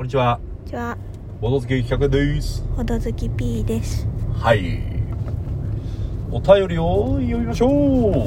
こんにちは。 こんにちは。 ボド好き企画です。 ほど好き P です。 はい。お便りを読みましょう。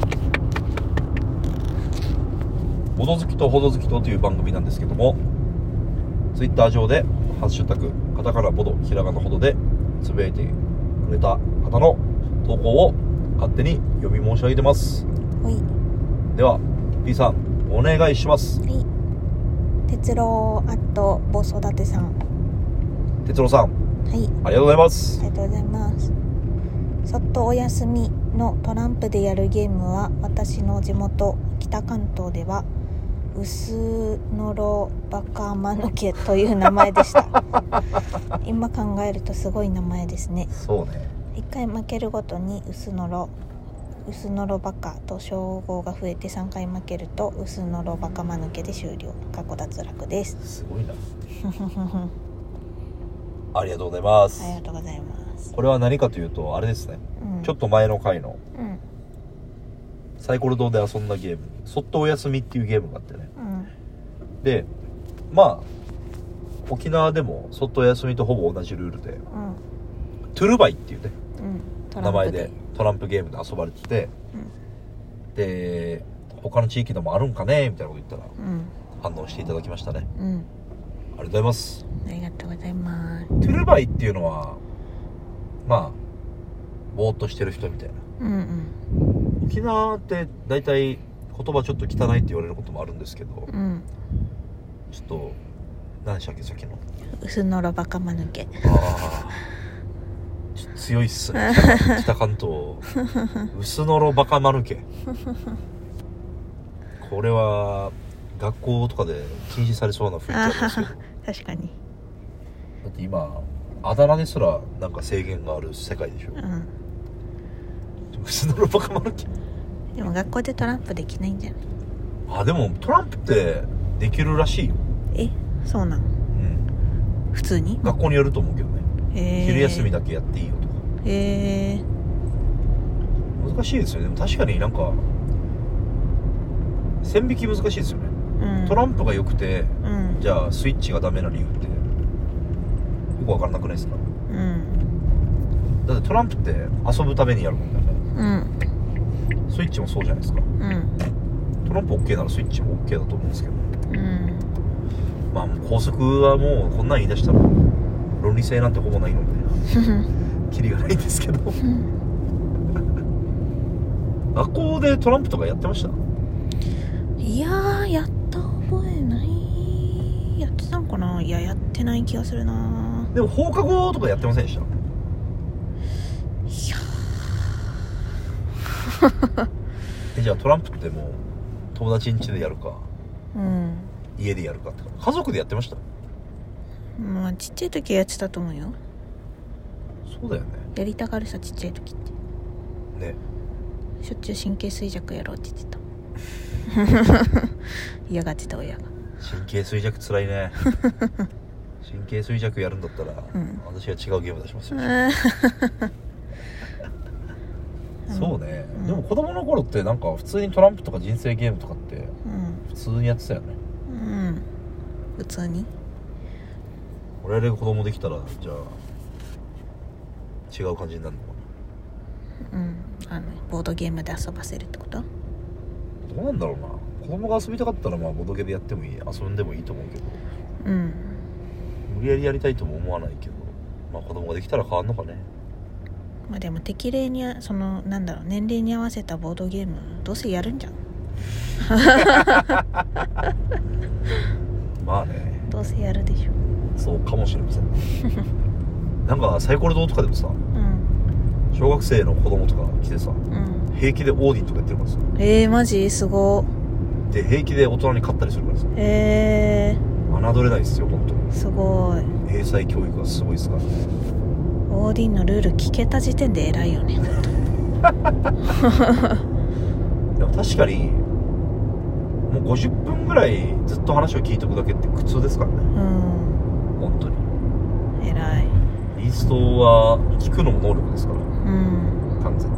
ボド好きとほど好きとという番組なんですけども、ツイッター上でハッシュタグカタカナボドひらがなほどでつぶやいてくれた方の投稿を勝手に読み申し上げてます。 はい。 では P さんお願いします。 はい。哲郎ボ育てさん。 哲郎さん。 はい。 ありがとうございます。 ありがとうございます。そっとお休みのトランプでやるゲームは私の地元北関東では薄のろバカ間抜けという名前でした今考えるとすごい名前ですね。 そうね。 1回負けるごとに薄のろバカと称号が増えて3回負けると薄のろバカ間抜けで終了。過去脱落です。 すごいなありがとうございます。 ありがとうございます。 これは何かというとあれですね、ちょっと前の回の、サイコロ堂で遊んだゲームそっとお休みっていうゲームがあってね、でまあ沖縄でもそっとお休みとほぼ同じルールで、トゥルバイっていうね、名前でトランプゲームで遊ばれてて、で他の地域でもあるんかねみたいなこと言ったら、反応していただきましたね。ありがとうございます。 ありがとうございます。 トゥルバイっていうのはまあぼーっとしてる人みたいな、沖縄ってだいたい言葉ちょっと汚いって言われることもあるんですけど、ちょっと何でしたっけさっきの薄のろバカ間抜け。 ちょっと強いっすね北関東薄のろバカ間抜けこれは学校とかで禁止されそうな雰囲気ありますけど確かに。 だって今あだ名ですらなんか制限がある世界でしょ、薄のろバカ間抜け。 でも学校でトランプできないんじゃない？ でもトランプってできるらしいよ。 そうなん？普通に？ 学校によると思うけどね。昼休みだけやっていいよとか。難しいですよね。でも確かになんか線引き難しいですよね。トランプが良くて、じゃあスイッチがダメな理由ってよく分からなくないですか？だってトランプって遊ぶためにやるもんだよね。スイッチもそうじゃないですか。トランプ OK ならスイッチも OK だと思うんですけど、まあ高速はもうこんなん言い出したら論理性なんてほぼないのでキリがないんですけど学校でトランプとかやってました？ いやー、やった覚えない。やってたんかな。いや、やってない気がするな。 でも放課後とかやってませんでした？ いやじゃあトランプってもう友達ん家でやるか、家でやるかって家族でやってました？ まあちっちゃい時はやってたと思うよ。 そうだよね。 やりたがるさ、ちっちゃい時ってね。 しょっちゅう神経衰弱やろうって言ってた嫌がってた親が。 神経衰弱つらいね神経衰弱やるんだったら、私は違うゲーム出しますよそうね、でも子供の頃ってなんか普通にトランプとか人生ゲームとかって普通にやってたよね。 普通に。 俺らが子供できたらじゃあ違う感じになるのかな。 ボードゲームで遊ばせるってこと？ どうなんだろうな。子供が遊びたかったらまあボドゲでやってもいい、遊んでもいいと思うけど、無理やりやりたいとも思わないけど、まあ子供ができたら変わんのかね。 まあでも適齢に年齢に合わせたボードゲームどうせやるんじゃんまあね、 どうせやるでしょ。 そうかもしれませんなんかサイコロ堂とかでもさ、小学生の子供とか来てさ、平気でオーディンとかやってるからさ。 マジすごで平気で大人に勝ったりするからさ。侮れないですよ本当に。すごい。英才教育がすごいですからね。 オーディンのルール聞けた時点で偉いよねでも確かにもう50分ぐらいずっと話を聞いておくだけって苦痛ですからね。本当に偉い。 インストは聞くのも能力ですから、完全に。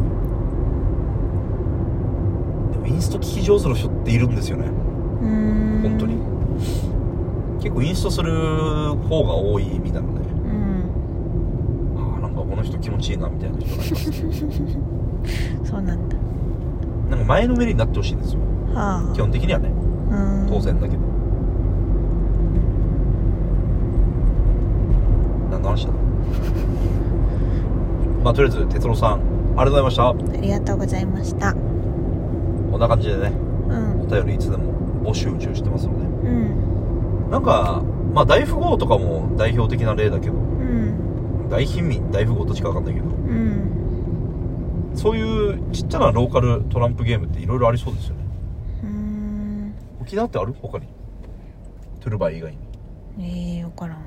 でもインスト聞き上手の人っているんですよね。本当に結構インストする方が多いみたいなね。なんかこの人気持ちいいなみたいな人がいますそうなんだ。 なんか前のめりになってほしいんですよ、基本的にはね。当然だけど。何の話だまあとりあえず哲郎さんありがとうございました。 ありがとうございました。 こんな感じでね、お便りいつでも募集中してますので、なんかまあ大富豪とかも代表的な例だけど、大貧民大富豪どっちか分かんないけど、そういうちっちゃなローカルトランプゲームっていろいろありそうですよね。沖縄ってある？他にトゥルバイ以外に。 分からん。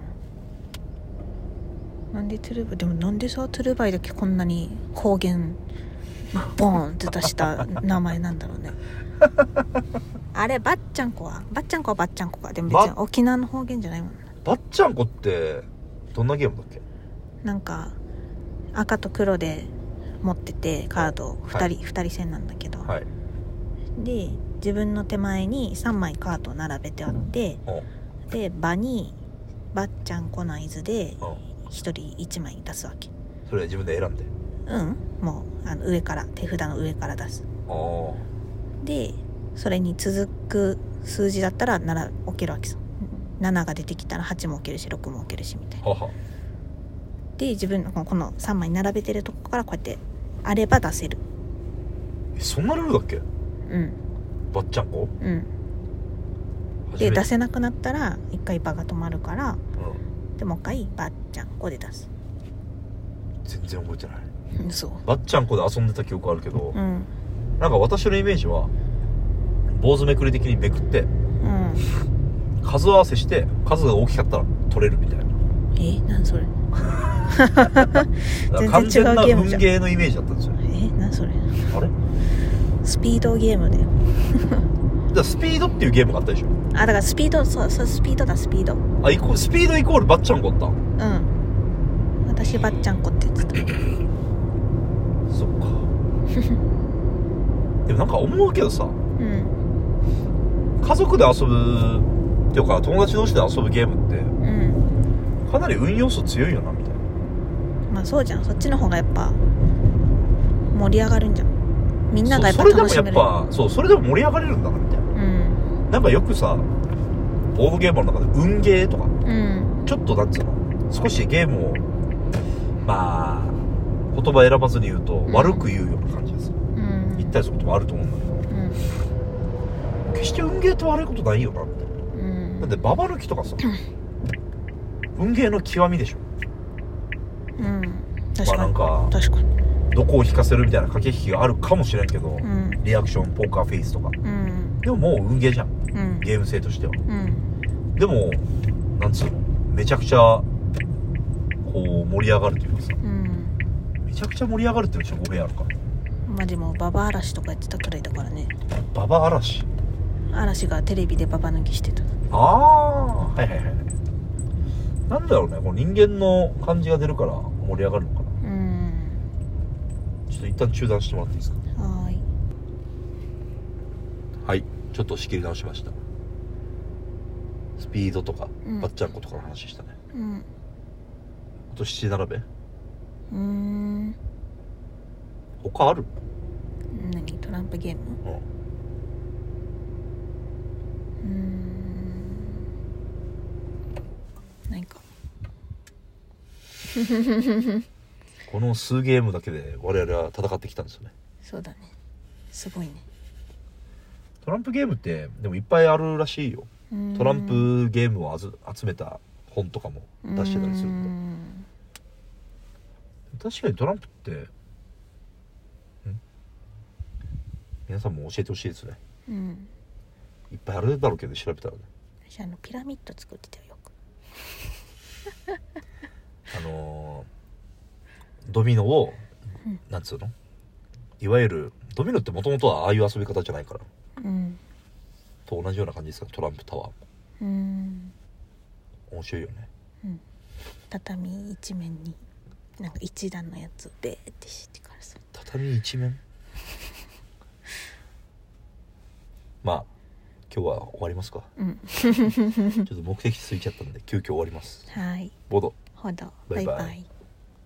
なんでトゥルバイでもなんでさトゥルバイだけこんなに方言ボーンって出した名前なんだろうねあればっちゃんこはばっちゃんこか。でも別に沖縄の方言じゃないもんな。 ばっちゃんこってどんなゲームだっけ？ なんか赤と黒で持っててカード2人戦なんだけど、で自分の手前に3枚カードを並べてあって、で場にばっちゃんこの合図で1人1枚出すわけ。 それは自分で選んで？ もう上から手札の上から出す。でそれに続く数字だったら7置けるわけさ。7が出てきたら8も置けるし6も置けるしみたいな。で自分のこの3枚並べてるとこからこうやってあれば出せる。 そんなルールだっけ？ばっちゃんこ？ で出せなくなったら一回場が止まるから、でもう一回ばっちゃんこで出す。 全然覚えてない。 そうばっちゃんこで遊んでた記憶あるけど、なんか私のイメージは坊主めくり的にめくって、数合わせして数が大きかったら取れるみたいな。 何それ完全な運ゲーのイメージだったんですよ。 何それ。 あれスピードゲームだよだからスピードっていうゲームがあったでしょ。 だからスピード、そうスピードだ。スピードスピードイコールばっちゃんこった。 私ばっちゃんこって言ってたそっかでもなんか思うけどさ、家族で遊ぶっていうか友達同士で遊ぶゲームって、かなり運要素強いよなみたいな。 まあそうじゃん。そっちの方がやっぱ盛り上がるんじゃん。みんながやっぱ楽しめる。 それでも盛り上がれるんだなみたいな。なんかよくさボードゲームの中で運ゲーとか、ちょっとなんつうの少しゲームをまあ言葉選ばずに言うと、悪く言うような感じです。言ったりすることもあると思うんだけど、決して運ゲーって悪いことないよなみたいな。だってババ抜きとかさ運ゲーの極みでしょ。確かに、確かにどこを引かせるみたいな駆け引きがあるかもしれんけど、リアクションポーカーフェイスとか、でももう運ゲーじゃん、ゲーム性としては。でもなんつうのめちゃくちゃこう盛り上がるというかさ、めちゃくちゃ盛り上がるっていうのは語弊あるか。 まあでもババ嵐とかやってたくらいだからね。 ババ嵐がテレビでババ抜きしてた。 はいなんだろうね、この人間の感じが出るから盛り上がるのかな。ちょっと一旦中断してもらっていいですか。はい、ちょっと仕切り直しました。スピードとか、ばっちゃんことかの話したね。あと七並べ。他ある？ 何？トランプゲーム？何かこの数ゲームだけで我々は戦ってきたんですよね。 そうだね、すごいね。 トランプゲームってでもいっぱいあるらしいよ。トランプゲームを集めた本とかも出してたりするんで。確かにトランプって皆さんも教えてほしいですね。いっぱいあるだろうけど調べたらね。 私ピラミッド作ってたよ、よくドミノを、なんつうの、いわゆるドミノってもともとはああいう遊び方じゃないから、と同じような感じですか。トランプタワーも面白いよね。 畳一面になんか一段のやつをベーってしてからさ。 畳一面まあ今日は終わりますか。ちょっと目的地過ぎちゃったんで急遽終わります。 はい。 ボドほど。 バイバイ。 バイバイ。